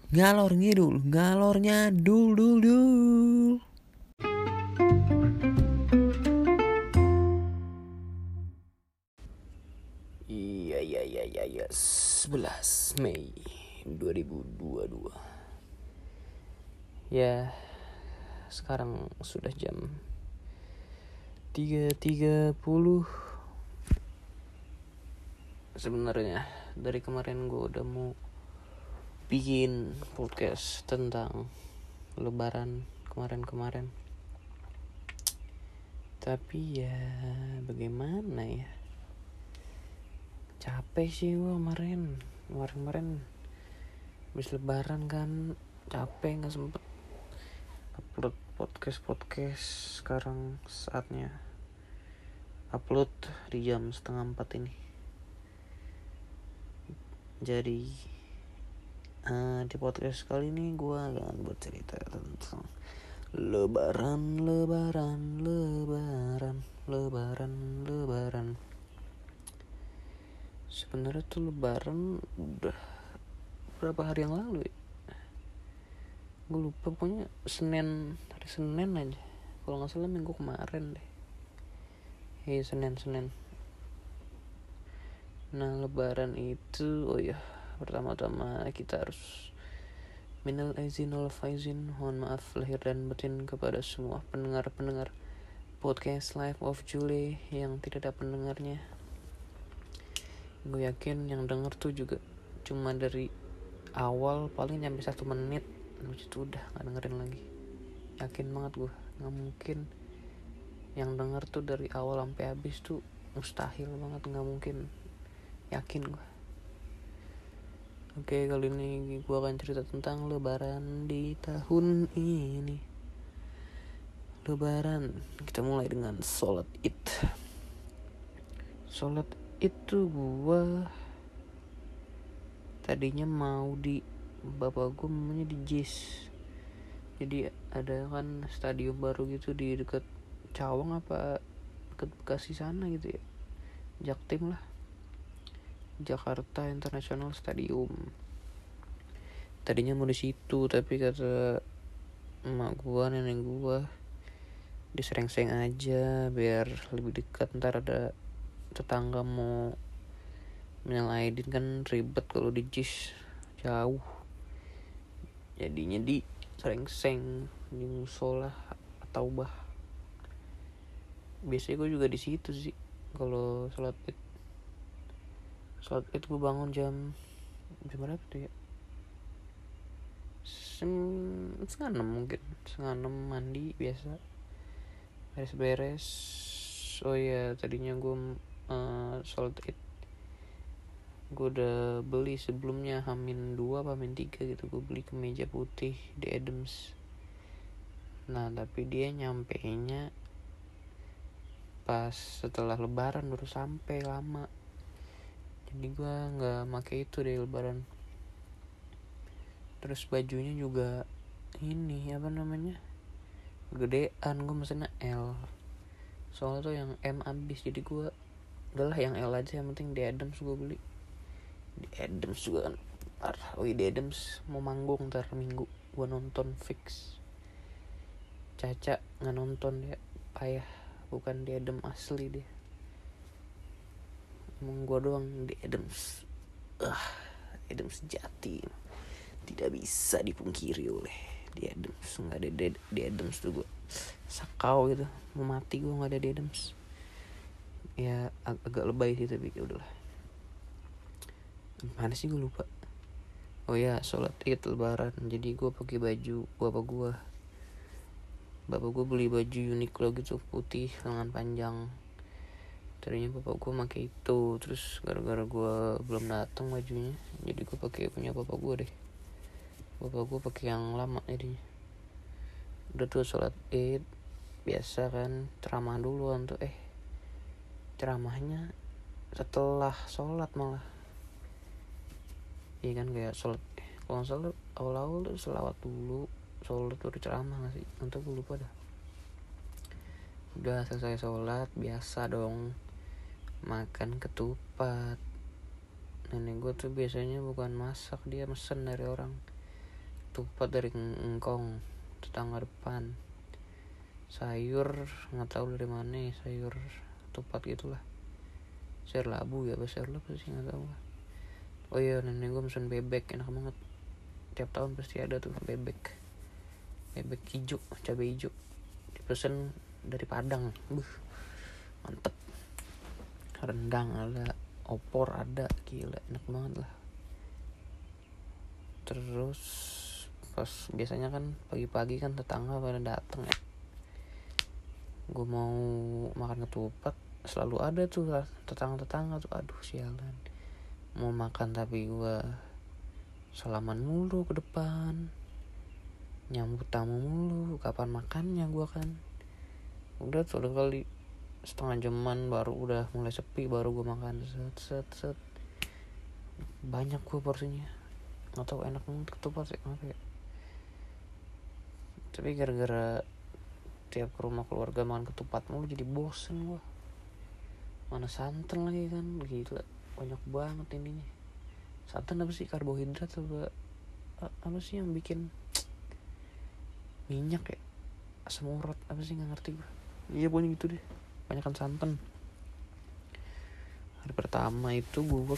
Ngalor ngidul, ngalornya dul dul dul. Iya, 11 Mei 2022. Ya, sekarang sudah jam 3.30. Sebenarnya dari kemarin gue udah mau bikin podcast tentang Lebaran kemarin. Tapi ya bagaimana ya, capek sih gue kemarin habis Lebaran kan, capek nggak sempet upload podcast. Sekarang saatnya upload di jam 3:30 ini. Jadi di podcast kali ini gue akan bercerita tentang Lebaran. Sebenarnya tuh Lebaran udah berapa hari yang lalu ya? Gue lupa, pokoknya hari Senin aja. Kalau nggak salah minggu kemarin deh. Iya, Senin. Nah, Lebaran itu, pertama-tama kita harus minal aizin wal faizin, mohon maaf lahir dan batin kepada semua pendengar podcast Life of Julie yang tidak ada pendengarnya. Gue yakin yang denger tuh juga cuma dari awal paling nyampe 1 menit, habis itu udah gak dengerin lagi. Yakin banget gue, gak mungkin yang denger tuh dari awal sampai habis tuh, mustahil banget, gak mungkin. Yakin gue. Oke, kali ini gue akan cerita tentang Lebaran di tahun ini. Lebaran, kita mulai dengan sholat id. Sholat itu gue tadinya mau di bapak gue namanya di JIS. Jadi ada kan stadion baru gitu di dekat Cawang apa dekat Bekasi sana gitu ya, Jaktim lah, Jakarta International Stadium. Tadinya mau di situ, tapi kata emak gua, nenek gua, di Serengseng aja biar lebih dekat. Ntar ada tetangga mau menyalaidin kan ribet kalau di JIS, jauh. Jadinya di Serengseng, di musola atau bah. Biasanya gue juga di situ sih kalau sholat id. Sholat id gue bangun jam berapa tuh ya, 5:30 mungkin, 5:30 mandi biasa, beres-beres. Oh iya, tadinya gue sholat id gue udah beli sebelumnya, Hamin 2 apa Hamin 3 gitu, gue beli kemeja putih di Adams. Nah tapi dia nyampainya pas setelah Lebaran, baru sampai lama. Jadi gue nggak pakai itu deh Lebaran. Terus bajunya juga ini gedean, gue mesennya L. Soalnya tuh yang M abis, jadi gue udahlah yang L aja, yang penting di Adams gue beli. Di Adams juga kan parah. Di Adams mau manggung ntar Minggu, gue nonton fix. Caca nggak nonton ya, payah. Bukan di Adams asli dia, emang gue doang di Adams. Adams sejati tidak bisa dipungkiri oleh di Adams. Nggak ada di Adams tuh gue sakau gitu, mau mati gue nggak ada di Adams. Ya agak lebay sih, tapi ya udahlah. Mana sih gue lupa. Oh ya, sholat id Lebaran. Jadi gue pakai baju bapak gue beli baju Uniqlo gitu, putih lengan panjang. Tadinya bapak gue pakai itu, terus gara-gara gue belum datang bajunya, jadi gue pakai punya bapak gue deh. Bapak gue pakai yang lama jadinya. Udah tuh sholat id biasa kan, ceramah duluan tuh. Ceramahnya setelah sholat malah. Iya kan, kayak sholat, kalau sholat awal-awal tuh selawat dulu, sholat tuh ceramah gak sih? Untuk gue lupa dah. Udah selesai sholat, biasa dong makan ketupat. Nenek gue tuh biasanya bukan masak, dia mesen dari orang. ketupat dari engkong tetangga depan. Sayur nggak tahu dari mana, sayur ketupat gitulah, sayur labu ya, sayur labu sih nggak tahu. Oh iya, nenek gue pesen bebek, enak banget. Tiap tahun pasti ada tuh bebek hijau, cabai hijau, dipesen dari Padang. Mantep. Rendang ada, opor ada, gila enak banget lah. Terus pas biasanya kan pagi-pagi kan tetangga pada dateng ya, gue mau makan ketupat selalu ada tuh tetangga tuh. Aduh sialan, mau makan tapi gue salaman mulu ke depan, nyambut tamu mulu, kapan makannya gue kan. Udah tuh udah kali setengah jaman baru udah mulai sepi, baru gue makan set banyak gue porsinya. Nggak tahu enak banget ketupat sih kenapa ya. Tapi gara-gara tiap ke rumah keluarga makan ketupat mulu jadi bosen gue. Mana santan lagi kan, gila banyak banget ininya. Santan apa sih, karbohidrat apa sih yang bikin minyak ya, asam urat apa sih, nggak ngerti gue. Iya pokoknya gitu deh, banyakan santan. Hari pertama itu gue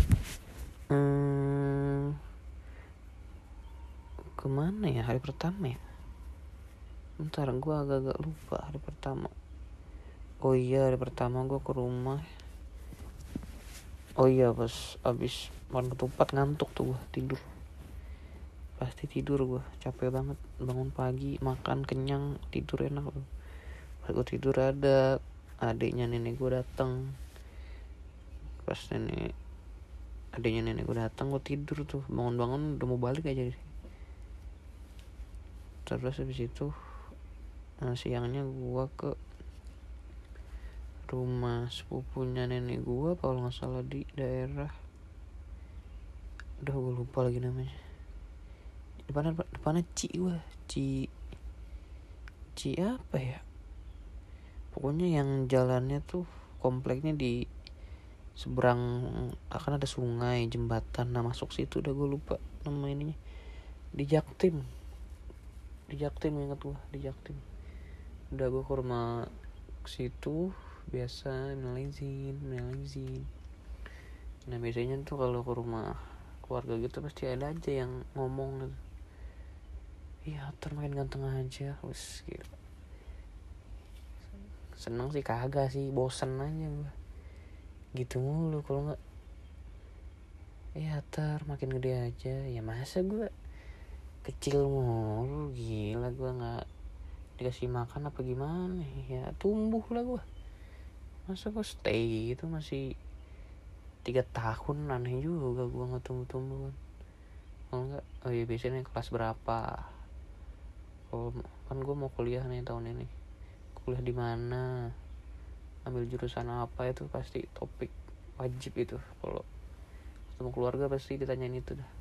kemana ya hari pertama ya, bentar gue agak-agak lupa hari pertama. Oh iya, hari pertama gue ke rumah. Oh iya, pas abis makan ketupat ngantuk tuh gue, tidur. Pasti tidur gue, capek banget. Bangun pagi, makan kenyang, tidur enak loh. Pas gue tidur ada adiknya nenek gue datang. Pas adiknya nenek gue datang, gue tidur tuh. Bangun-bangun udah mau balik aja deh. Terus habis itu siangnya gue ke rumah sepupunya nenek gue, kalau nggak salah di daerah, udah gue lupa lagi namanya. Depannya Ci apa ya, pokoknya yang jalannya tuh kompleknya di seberang akan ada sungai, jembatan, nah masuk situ udah gue lupa nama ininya. Di Jaktim ingat gue, di Jaktim. Udah gue ke rumah situ biasa minal izin. Nah biasanya tuh kalau ke rumah keluarga gitu pasti ada aja yang ngomong gitu, iya makin ganteng aja, wes gitu. Seneng sih kagak sih, bosen aja gue gitu mulu. Kalau nggak iya makin gede aja, ya masa gue kecil mulu, gila gue nggak dikasih makan apa gimana ya, tumbuh lah gue. Masa gue stay gitu masih 3 tahun, aneh juga gue nggak tumbuh kan. Kalau nggak, oh iya biasanya kelas berapa, kalau kan gue mau kuliah nih tahun ini, kuliah di mana, ambil jurusan apa, itu pasti topik wajib itu. Kalau ketemu keluarga pasti ditanyain itu dah.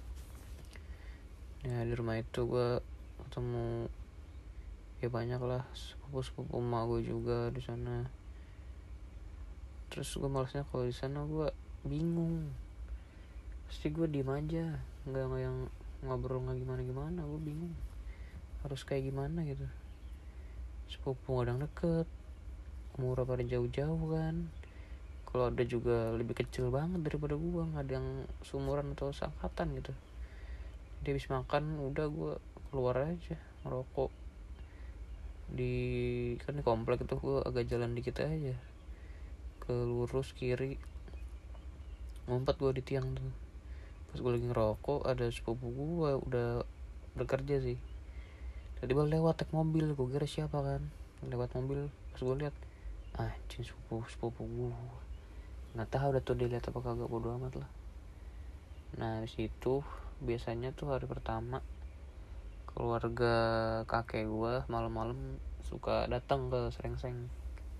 Ya di rumah itu gue ketemu ya banyak lah sepupu emak gue juga di sana. Terus gue malasnya kalau di sana gue bingung, pasti gue diem aja, nggak yang ngobrol nggak gimana, gue bingung harus kayak gimana gitu. Sepupu kadang deket, umur pada jauh-jauh kan. Kalau ada juga lebih kecil banget daripada gue, nggak ada yang seumuran atau seangkatan gitu. Dia habis makan udah gue keluar aja ngerokok di komplek itu. Gue agak jalan dikit aja ke lurus kiri, ngompat gue di tiang tuh. Pas gue lagi ngerokok ada sepupu gue udah bekerja sih, tiba-tiba lewat naik mobil. Gue kira siapa kan, lewat mobil. Pas gue lihat anjing sepupu gue, nggak tahu udah tuh dia lihat apa kagak, bodo amat lah. Nah di situ biasanya tuh hari pertama keluarga kakek gue malam-malam suka datang ke Serengseng.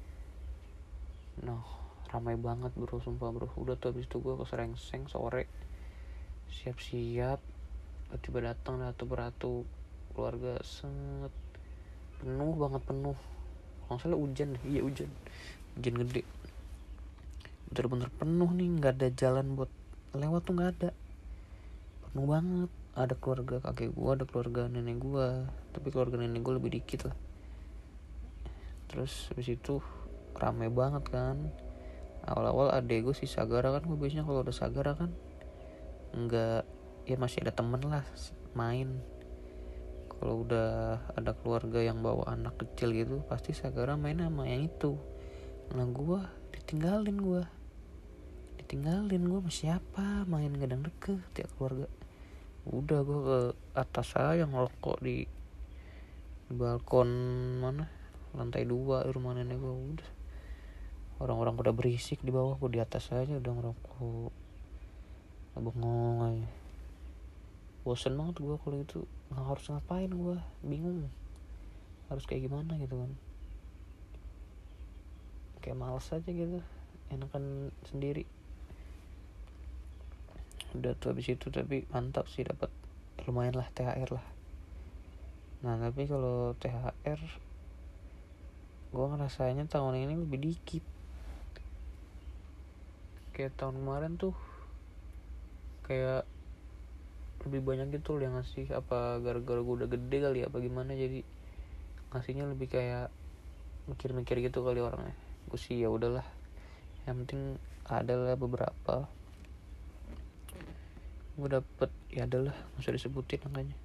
Nah ramai banget bro, sumpah bro. Udah tuh habis itu gue ke Serengseng sore, siap-siap tiba datang ratu keluarga sangat penuh banget, penuh. Kalau salah hujan hujan gede, bener-bener penuh nih, nggak ada jalan buat lewat tuh, nggak ada, penuh banget. ada keluarga kakek gue, ada keluarga nenek gue, tapi keluarga nenek gue lebih dikit lah. Terus habis itu rame banget kan. Awal-awal adek gue si Sagara kan, gue biasanya kalau udah Sagara kan enggak, ya masih ada temen lah main. Kalau udah ada keluarga yang bawa anak kecil gitu, pasti Sagara main sama yang itu. Nah gue ditinggalin sama siapa, main gadang deket ya keluarga. Udah gue ke atas aja ngerokok di balkon mana, lantai 2 rumah nenek gue. Udah orang-orang udah berisik di bawah, gue di atas aja udah ngerokok, bengong aja. Bosen banget gue kalau itu, nggak harus ngapain, gue bingung harus kayak gimana gitu kan, kayak males aja gitu, enakan sendiri. Udah tuh habis itu, tapi mantap sih, dapat lumayan lah THR lah. Nah tapi kalau THR gue ngerasanya tahun ini lebih dikit. Kayak tahun kemarin tuh kayak lebih banyak gitu yang ngasih. Apa gara-gara gue udah gede kali ya, apa gimana, jadi ngasihnya lebih kayak mikir-mikir gitu kali orangnya. Gue sih ya udahlah, yang penting ada lah beberapa gue dapet, ya adalah nggak usah disebutin angkanya.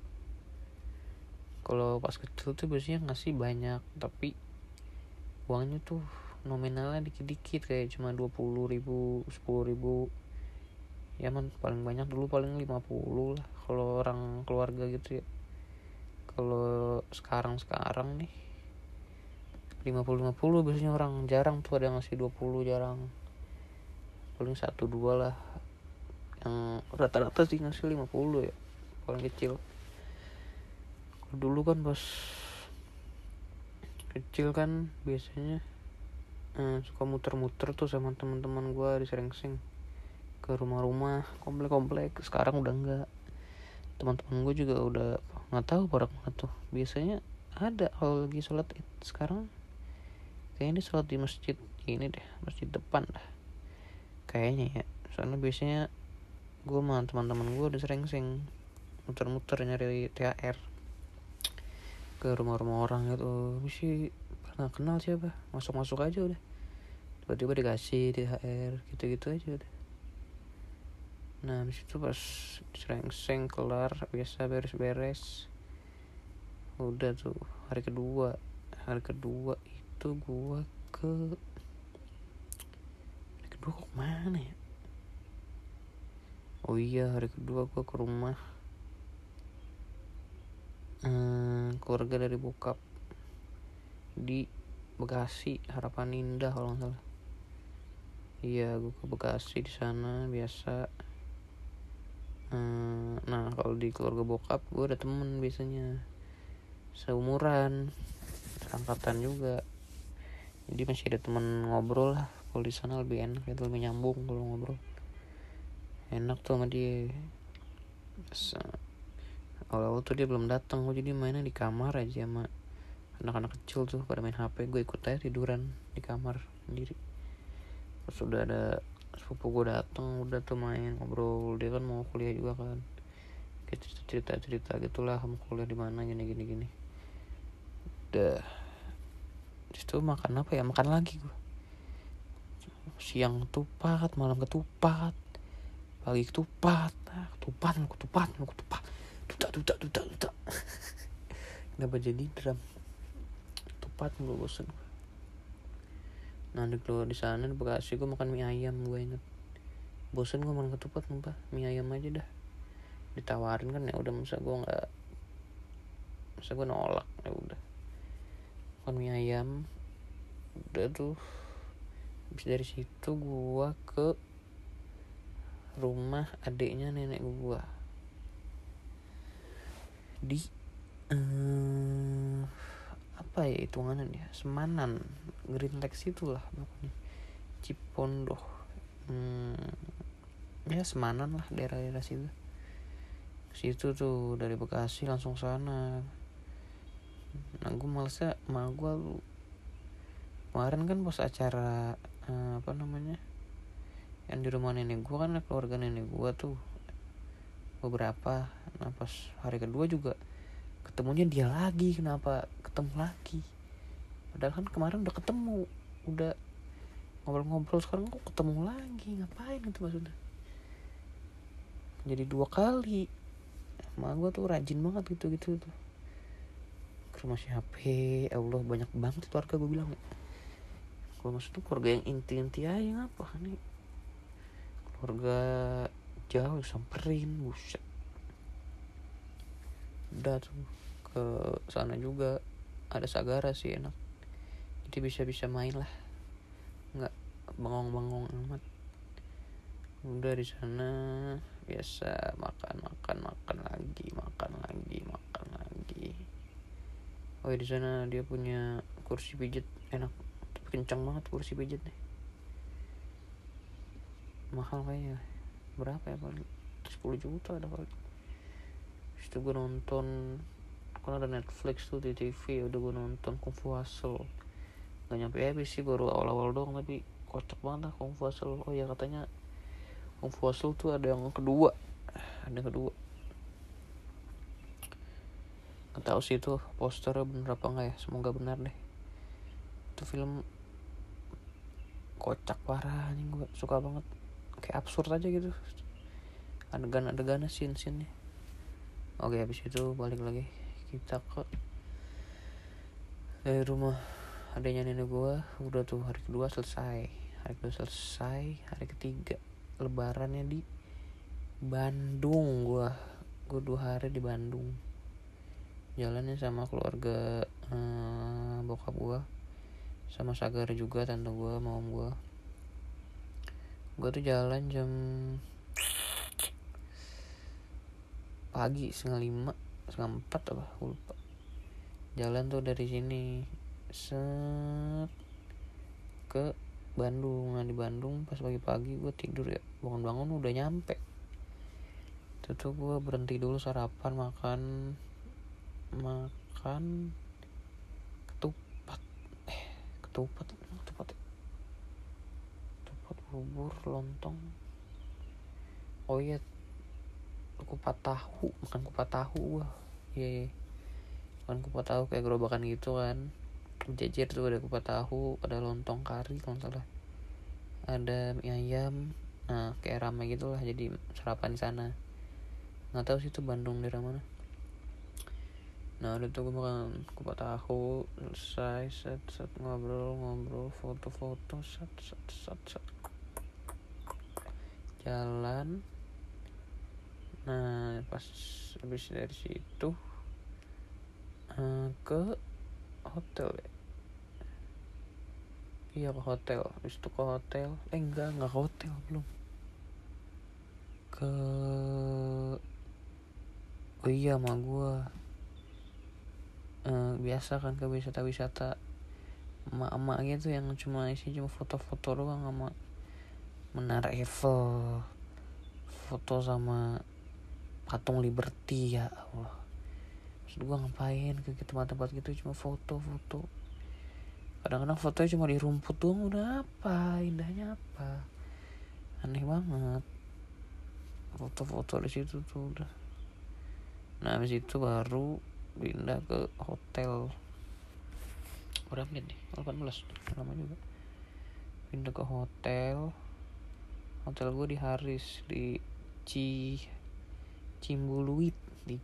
Kalau pas kecil tuh biasanya ngasih banyak, tapi uangnya tuh nominalnya dikit-dikit, kayak cuma 20.000, 10.000 ya man. Paling banyak dulu paling 50 lah kalau orang keluarga gitu ya. Kalau sekarang nih 50 biasanya orang, jarang tuh ada yang ngasih 20, jarang. Paling 1-2 lah yang rata-rata sih ngasih 50 ya, paling kecil. Kalau dulu kan pas kecil kan biasanya suka muter-muter tuh sama teman-teman gue di Serengseng ke rumah-rumah, komplek-komplek. Sekarang udah enggak. Teman-teman gue juga udah nggak tahu pada kemana tuh. Biasanya ada kalau lagi sholat Id. Sekarang kayaknya dia sholat di masjid ini deh, masjid depan dah kayaknya ya. Soalnya biasanya gue sama teman-teman gue di Serengseng muter-muter nyari THR ke rumah-rumah orang gitu. Sih nggak kenal siapa, masuk aja udah, tiba-tiba dikasih THR gitu-gitu aja udah. Nah habis itu pas Serengseng kelar, biasa beres-beres, udah tuh hari kedua itu gue kok mana ya. Oh iya, hari kedua gue ke rumah keluarga dari bokap di Bekasi, Harapan Indah kalau nggak salah. Iya, gue ke Bekasi di sana biasa. Nah kalau di keluarga bokap gue ada temen biasanya seumuran, angkatan juga, jadi masih ada temen ngobrol lah. Kalau di sana lebih enak, itu lebih nyambung kalau ngobrol, enak tuh sama dia. Awal-awal tuh dia belum datang, gue jadi mainnya di kamar aja sama anak-anak kecil tuh pada main HP, gue ikut aja tiduran di kamar sendiri. Pas udah ada sepupu gue datang, udah tuh main ngobrol. Dia kan mau kuliah juga kan, kayak cerita gitulah, mau kuliah di mana gini. Udah itu makan apa ya, makan lagi gue. Siang ketupat, malam ketupat, pagi ketupat, ketupat. Duta. Kenapa jadi drum? Ketupat gue bosen. Nah di sana di Bekasi gue makan mie ayam, gue inget. Bosen gue makan ketupat, sumpah. Mie ayam aja dah. Ditawarin kan ya udah, masa gue nolak, ya udah. Makan mie ayam. Udah tuh. Habis dari situ gue ke rumah adiknya nenek gue di apa ya hitungannya ya, Semanan, Green Lex itulah pokoknya, Cipondoh, ya Semanan lah, daerah-daerah situ tuh. Dari Bekasi langsung sana. Nah gue malesnya sama gue lu kemarin kan pas acara yang di rumah nenek gue kan, keluarga nenek gue tuh beberapa Nah pas hari kedua juga ketemunya dia lagi. Kenapa ketemu lagi? Padahal kan kemarin udah ketemu, udah ngobrol-ngobrol, sekarang kok ketemu lagi, ngapain gitu maksudnya. Jadi 2 kali. Emak gue tuh rajin banget gitu-gitu tuh. Ke rumah siapa? Allah, banyak banget keluarga gue bilang. Kalau maksud tuh keluarga yang inti-inti aja, ngapa nih keluarga jauh samperin, buset. Udah tuh ke sana juga ada Sagara sih, enak. Jadi bisa main lah, nggak bengong-bengong amat. Udah di sana biasa makan lagi. Oh ya, di sana dia punya kursi pijat enak, kencang banget kursi pijatnya. Mahal kayaknya, berapa ya, paling 10 juta ada kali. Terus gue nonton, kan ada Netflix tuh di TV, udah gue nonton Kung Fu Hustle. Gak nyampe habis sih, baru awal-awal doang, tapi kocak banget lah Kung Fu Hustle. Oh ya, katanya Kung Fu Hustle tuh ada yang kedua. Gak tau sih itu posternya bener apa enggak ya, semoga benar deh. Itu film kocak parah nih, gue suka banget. Kayak absurd aja gitu adegan-adegannya, scene-nya. Oke, habis itu balik lagi kita ke dari rumah adanya nenek gue. Udah tuh hari kedua selesai. Hari ketiga lebarannya di Bandung. Gue 2 hari di Bandung, jalannya sama keluarga bokap gue, sama Sagar juga, tante gue, mom gue. Gue tuh jalan jam pagi, 4:30 apa, gue lupa. Jalan tuh dari sini set ke Bandung. Nah di Bandung pas pagi-pagi gue tidur ya, bangun-bangun udah nyampe. Itu tuh gue berhenti dulu sarapan, makan ketupat bubur, lontong. Oh iya, kupat tahu, makan kupat tahu gue. Iya. Makan kupat tahu kayak gerobakan gitu kan, jejer tuh, ada kupat tahu, ada lontong kari kalau nggak salah, ada mie ayam. Nah kayak ramai gitulah, jadi sarapan di sana. Nggak tahu sih itu Bandung daerah mana. Nah udah tuh gue makan kupat tahu, selesai, set ngobrol, foto, set jalan. Nah pas habis dari situ ke hotel ya. Iya ke hotel. Habis itu ke hotel. Enggak ke hotel, belum. Oh iya, sama gue biasa kan ke wisata emak-emak gitu, yang cuma foto-foto doang sama Menara Eiffel, foto sama patung Liberty. Ya Allah, maksud gue ngapain ke tempat-tempat gitu, cuma foto. Kadang-kadang fotonya cuma di rumput doang, udah apa indahnya, apa aneh banget foto-foto di situ tuh udah. Nah habis itu baru pindah ke hotel. Berapa menit nih? 18, lama juga. Pindah ke hotel gue di Haris, di Cimbuluit.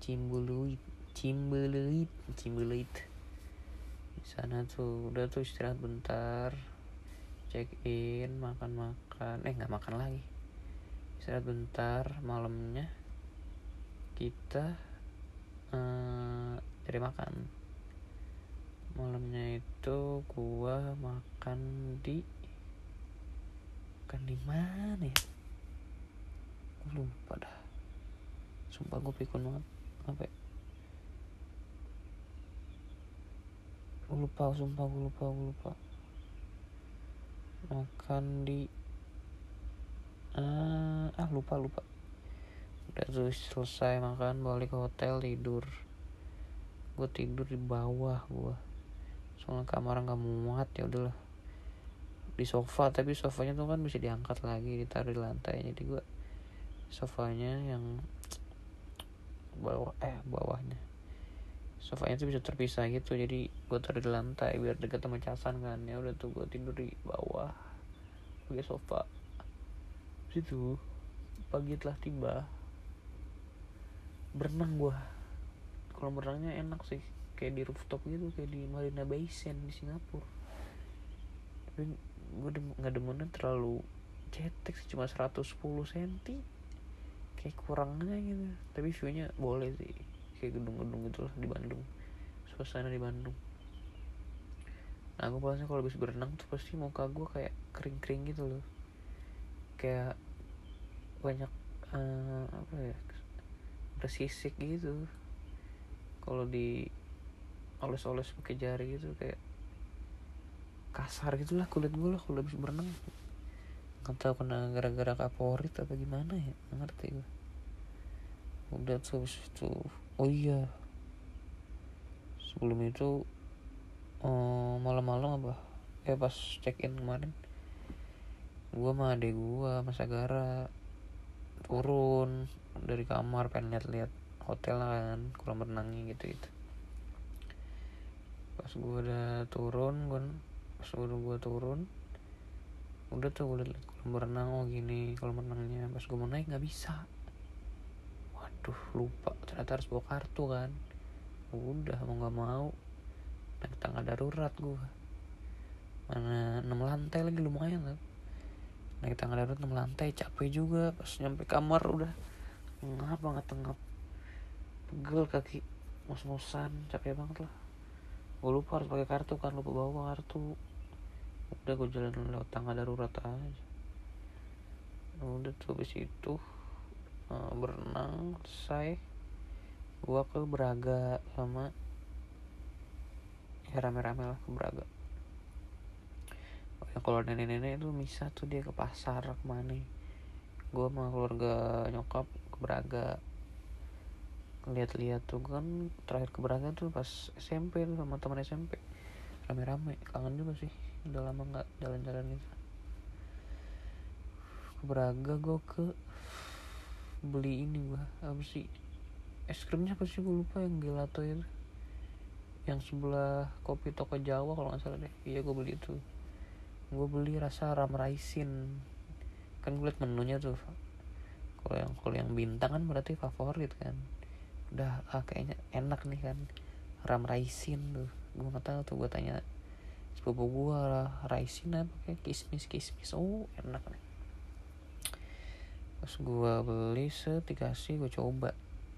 Di sana tuh udah tuh istirahat bentar, check in, makan, nggak makan lagi, istirahat bentar. Malamnya kita cari makan. Malamnya itu gua makan di mana ya, gua lupa dah, sumpah gua pikun banget. Apa ya? Gua lupa. Makan di lupa. Udah tuh selesai makan, balik ke hotel, tidur. Gue tidur di bawah soalnya kamar nggak muat. Ya udahlah di sofa, tapi sofanya tuh kan bisa diangkat lagi, ditaruh di lantai. Jadi gue sofanya yang bawahnya sofanya tuh bisa terpisah gitu, jadi gue taruh di lantai biar dekat sama casan kan. Ya udah tuh gue tidur di bawah pakai sofa. Situ pagi telah tiba, berenang gue. Kalau berenangnya enak sih, kayak di rooftop gitu, kayak di Marina Bay Sands di Singapura. Tapi gue nggak demennya terlalu cetek sih, cuma 110 cm, kayak kurangnya gitu. Tapi viewnya boleh sih, kayak gedung-gedung gitu lah di Bandung, suasana di Bandung. Nah gue paling kalau habis berenang tuh pasti muka gue kayak kering-kering gitu loh, kayak banyak apa ya, bersisik gitu. Kalau di oles-oles pakai jari gitu kayak kasar gitulah kulit gue lah kalau habis berenang. Nggak tahu kena gara-gara kaporit apa gimana ya, nggak ngerti gue. Udah tuh habis itu, oh iya sebelum itu malam-malam apa pas check in kemarin, gue sama adek gue sama Sagara turun dari kamar pengen lihat-lihat hotel kan, kolam renangnya gitu. Pas gue udah turun, udah tuh gue liat kolam renang, oh gini kolam renangnya. Pas gue mau naik nggak bisa, waduh lupa ternyata harus bawa kartu kan. Udah mau nggak mau naik tangga darurat gue, mana 6 lantai lagi, lumayan lah. Naik tangga darurat 6 lantai capek juga. Pas nyampe kamar udah ngap pegel kaki, ngos-ngosan, capek banget lah. Gue lupa harus pakai kartu kan, lupa bawa kartu. Udah gue jalan lewat tangga darurat aja. Udah tuh habis itu berenang selesai, gue ke Braga sama rame-rame lah ke Braga. Kalau nenek-nenek itu misah tuh, dia ke pasar kemana. Gue sama keluarga nyokap ke Braga, lihat-lihat tuh kan. Terakhir ke Braga tuh pas SMP tuh sama teman SMP, rame-rame. Kangen juga sih, udah lama nggak jalan-jalan gitu. Ke Braga gue beli ini, gue apa sih, es krimnya apa sih gue lupa, yang gelato itu, yang sebelah kopi toko Jawa kalau nggak salah deh. Iya gue beli itu. Gue beli rasa ram raisin, kan gue liat menunya tuh. Kalau yang bintang kan berarti favorit kan. Udah kayaknya enak nih kan, ram raisin tuh. Gue nggak tahu tuh, gue tanya sepupu gue lah, raisin apa kayak kismis. Oh enak nih. Pas gue beli dikasih, gue coba,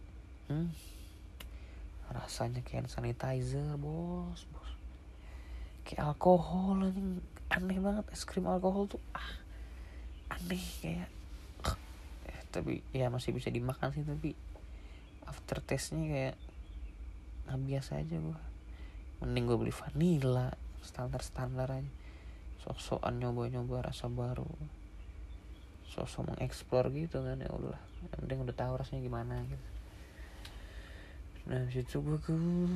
rasanya kayak sanitizer bos, kayak alkohol. Aneh banget, es krim alkohol tuh aneh kayak tapi ya masih bisa dimakan sih, tapi after taste-nya kayak nggak biasa aja. Gue mending gue beli vanilla standar aja, sok-sokan nyoba rasa baru, sok mengeksplor gitu kan. Ya udah, yang penting udah tahu rasanya gimana gitu. Nah situ gue ke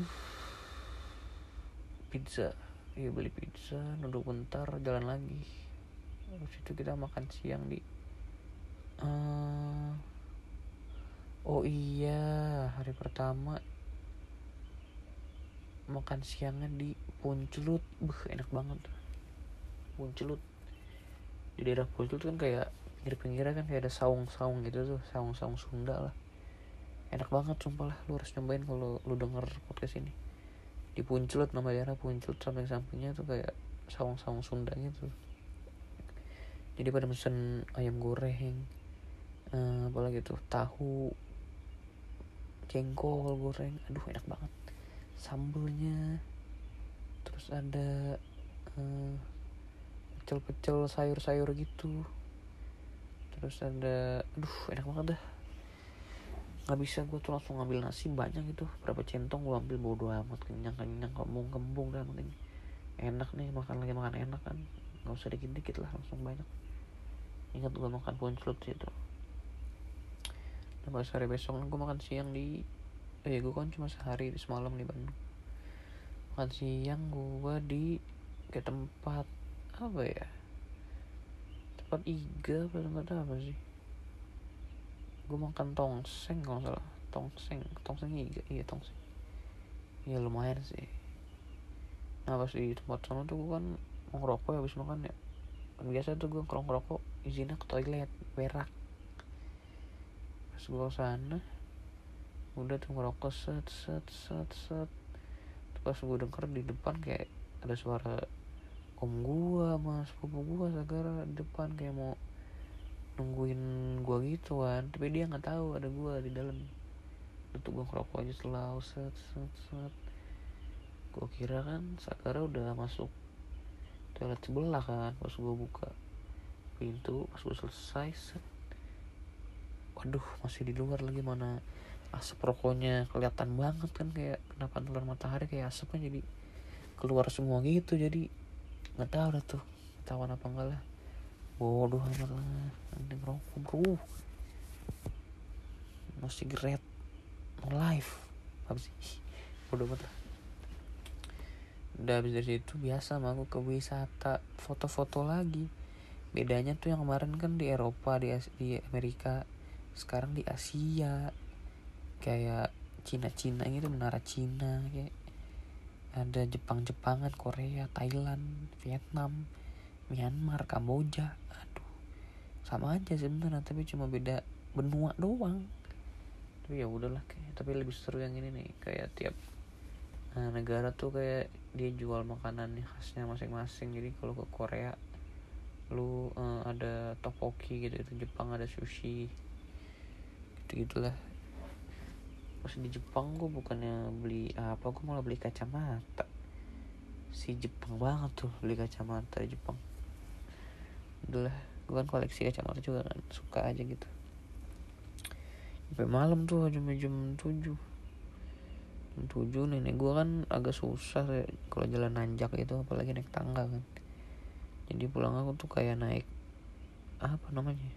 pizza, beli pizza, duduk bentar, jalan lagi. Terus itu kita makan siang di oh iya, hari pertama makan siangnya di Puncelut. Enak banget Puncelut. Di daerah Puncelut kan kayak pinggir-pinggirnya kan kayak ada saung-saung gitu tuh, saung-saung Sunda lah. Enak banget sumpah lah, lu harus nyobain kalau lu denger podcast ini. Di Puncelut, nama daerah Puncelut, samping-sampingnya tuh kayak saung-saung Sunda gitu. Jadi pada mesen ayam goreng, apalagi tuh tahu, jengkol goreng, aduh enak banget sambelnya. Terus ada pecel sayur-sayur gitu. Terus ada, enak banget dah. Nggak bisa gue tuh langsung ngambil nasi banyak gitu, berapa centong gue ambil, bodo amat, kenyang kembung dah. Penting enak nih, makan enak kan, nggak usah dikit-dikit lah, langsung banyak. Ingat gue makan Puncelut gitu. Nah pas hari besok gue makan siang gue kan cuma sehari semalam di Bandung. Makan siang gue di kayak tempat apa ya, tempat iga apa tempat apa sih, gue makan tongseng kalau salah, tongseng iya tongseng. Ya lumayan sih. Nah pas di tempat sana tuh gue kan mau ngerokok ya, habis makan ya biasa tuh gue ngerokok izinnya ke toilet berak. Pas gue kesana udah tuh ngerokok set. Pas gue denger di depan kayak ada suara om gua sama sepupu gua segera di depan kayak mau nungguin gua gitu kan, tapi dia nggak tahu ada gua di dalam. Itu gua ngerokok aja selalu set. Gua kira kan Sakara udah masuk toilet sebelah kan. Pas gua buka pintu, pas gua selesai set, waduh masih di luar lagi, mana asap rokoknya kelihatan banget kan, kayak kena pantulan matahari, kayak asapnya jadi keluar semua gitu. Jadi nggak tahu dah tuh ketahuan apa enggak lah. Bodoh amat lah, nanti ngerokok bro, no cigarette no life, apa sih, bodoh amat lah. Udah habis dari situ biasa mah aku ke wisata foto-foto lagi. Bedanya tuh yang kemarin kan di Eropa, di Amerika, sekarang di Asia, kayak Cina gitu, menara Cina, kayak ada Jepangan, Korea, Thailand, Vietnam, Myanmar, Kamboja. Aduh, sama aja sebenarnya, tapi cuma beda benua doang. Tapi ya udahlah, tapi lebih seru yang ini nih, kayak tiap negara tuh kayak dia jual makanannya khasnya masing-masing. Jadi kalau ke Korea lu ada tteokbokki gitu, itu Jepang ada sushi gitu-gitulah. Pas di Jepang gue bukannya beli apa, gue malah beli kacamata. Si Jepang banget tuh beli kacamata di Jepang. Udah lah, gue kan koleksi kacamata juga kan, suka aja gitu. Sampai malam tuh jam 7 nenek gue kan agak susah kalau jalan nanjak itu, apalagi naik tangga kan. Jadi pulang aku tuh kayak naik apa namanya,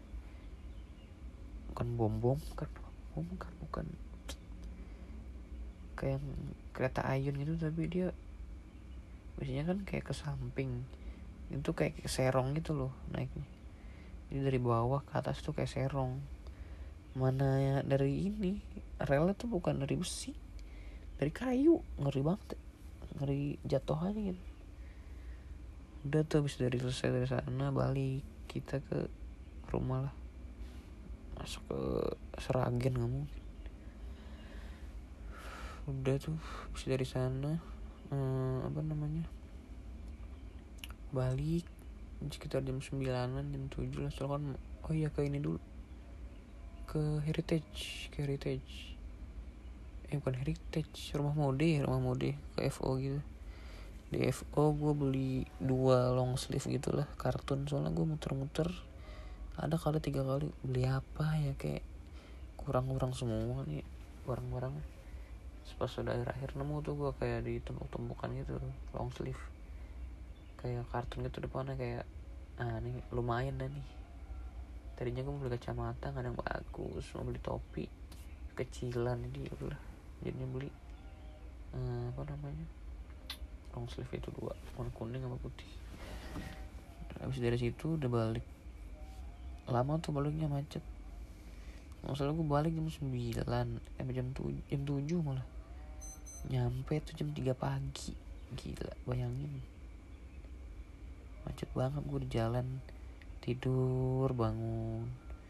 bukan kayak kereta ayun gitu, tapi dia biasanya kan kayak ke samping, itu kayak serong gitu loh naiknya. Jadi dari bawah ke atas tuh kayak serong. Mana ya, dari ini relnya tuh bukan dari besi, dari kayu. Ngeri banget, ngeri jatuh aja gitu. Udah tuh habis selesai dari sana balik kita ke rumah lah, masuk ke Seragen nggak mungkin. Udah tuh habis dari sana balik sekitar jam 9-an, jam 7 lah. Soalnya kan ke ini dulu, ke Heritage bukan Heritage, rumah mode ke FO gitu. Di FO gue beli 2 long sleeve gitulah, kartun. Soalnya gue muter-muter ada kali 3 kali beli apa ya, kayak kurang semua nih barang-barangnya. Pas sudah akhir nemu tuh gue kayak di tumpuk-tumpukan gitu long sleeve kayak kartun gitu depannya, kayak nih lumayan dah nih. Tadinya gue mau beli kacamata nggak ada yang bagus, mau beli topi kecilan, jadi udah jadinya beli long sleeve itu 2, warna kuning sama putih. Habis dari situ udah balik, lama tuh baliknya, macet. Masalah gue balik jam 9 jam 7 malah nyampe tuh jam 3 pagi. Gila, bayangin macet banget gue di jalan. Tidur bangun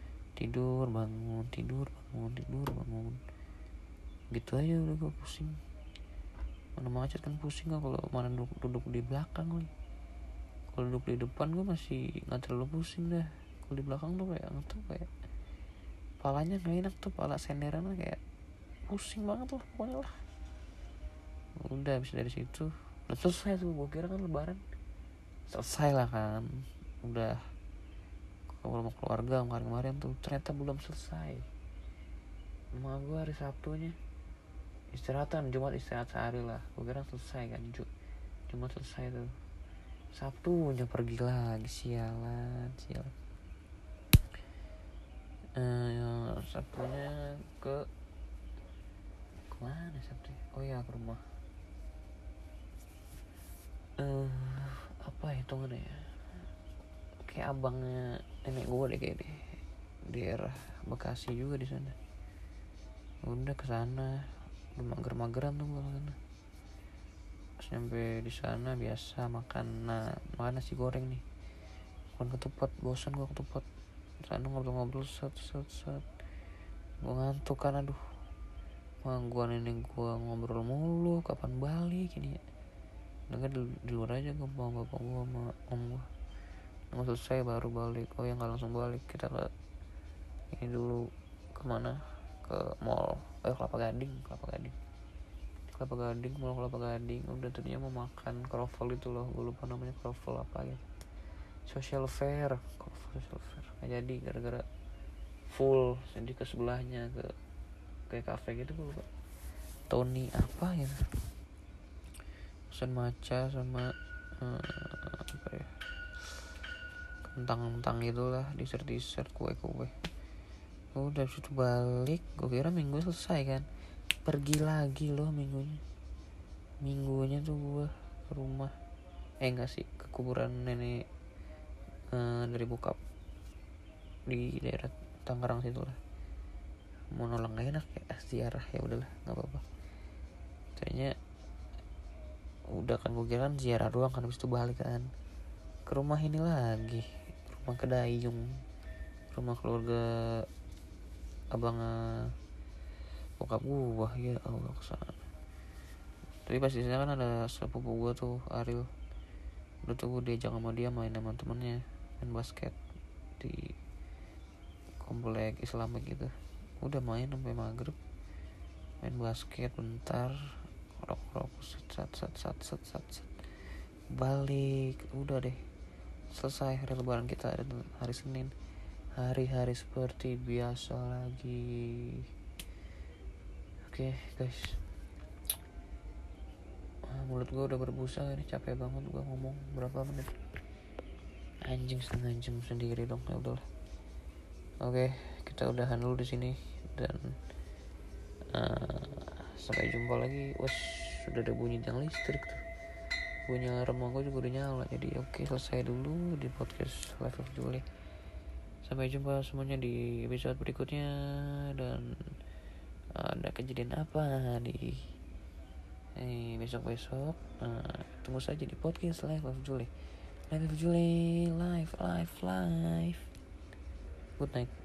gitu aja udah gue pusing. Mana macet kan pusing kan, kalau mana duduk di belakang nih. Kalau duduk di depan gue masih nggak terlalu pusing dah. Kalau di belakang tuh kayak nggak tahu, kayak palanya nggak enak tuh, pala senderannya kayak pusing banget tuh pokoknya lah. Udah habis dari situ udah selesai tuh. Gue kira kan lebaran selesai lah kan, udah ke rumah keluarga kemarin tuh, ternyata belum selesai. Emak gue hari Sabtunya istirahatan, Jumat istirahat sehari lah. Gue kira selesai kan, Jumat selesai tuh, Sabtunya pergi lagi, sialan. Sabtunya ke mana Sabtu? Ke rumah apa hitungannya ya, kayak abangnya nenek gue deh, kayak di daerah Bekasi juga di sana. Udah kesana, udah mager-mageran tuh gue kesana. Sampai di sana biasa makan nasi goreng nih, bukan ketupat, bosan gue ketupat. Sana ngobrol-ngobrol set gue ngantuk kan, aduh gua nenek gua ngobrol mulu kapan balik ini ya. Dengar di luar aja gue sama bapak gua sama om gua. Nggak selesai baru balik. Oh ya nggak langsung balik, kita ke ini dulu, kemana, ke mall Kelapa Gading mall Kelapa Gading. Udah tadinya mau makan kroffel itu loh, gue lupa namanya kroffel apa ya, social fair nggak jadi gara-gara full. Jadi ke sebelahnya ke kayak cafe gitu, gue lupa Tony apa ya, pesan matcha sama apa ya, kentang gitulah, dessert kue. Udah situ balik, gue kira minggu selesai kan, pergi lagi loh minggunya tuh gue ke rumah, enggak sih, ke kuburan nenek dari bokap di daerah Tangerang situ lah. Mau nolong gak enak ya, ziarah ya udahlah nggak apa-apa. Ternyata udah kan, gue kira kan ziarah doang kan, habis itu balik kan ke rumah ini lagi, rumah Kedayung, rumah keluarga abang bokap gua. Ya Allah, kesana. Tapi pas di sana kan ada sepupu gua tuh, Ariel. Udah tuh gue diajak sama dia main sama temennya, main basket di komplek Islamic gitu. Udah main sampai maghrib, main basket bentar, rok sat balik. Udah deh selesai hari lebaran kita, hari Senin, hari-hari seperti biasa lagi. Oke, guys, mulut gue udah berbusa ini, capek banget gue ngomong berapa menit, setengah jam sendiri dong. Ya udahlah. Oke, kita udahan dulu di sini dan sampai jumpa lagi. Sudah ada bunyi tiang listrik tuh, bunyi alarm gue juga udah nyala. Jadi oke, selesai dulu di podcast Life of Julie. Sampai jumpa semuanya di episode berikutnya, dan ada kejadian apa di besok-besok, tunggu saja di podcast Life of Julie. Life. Good night.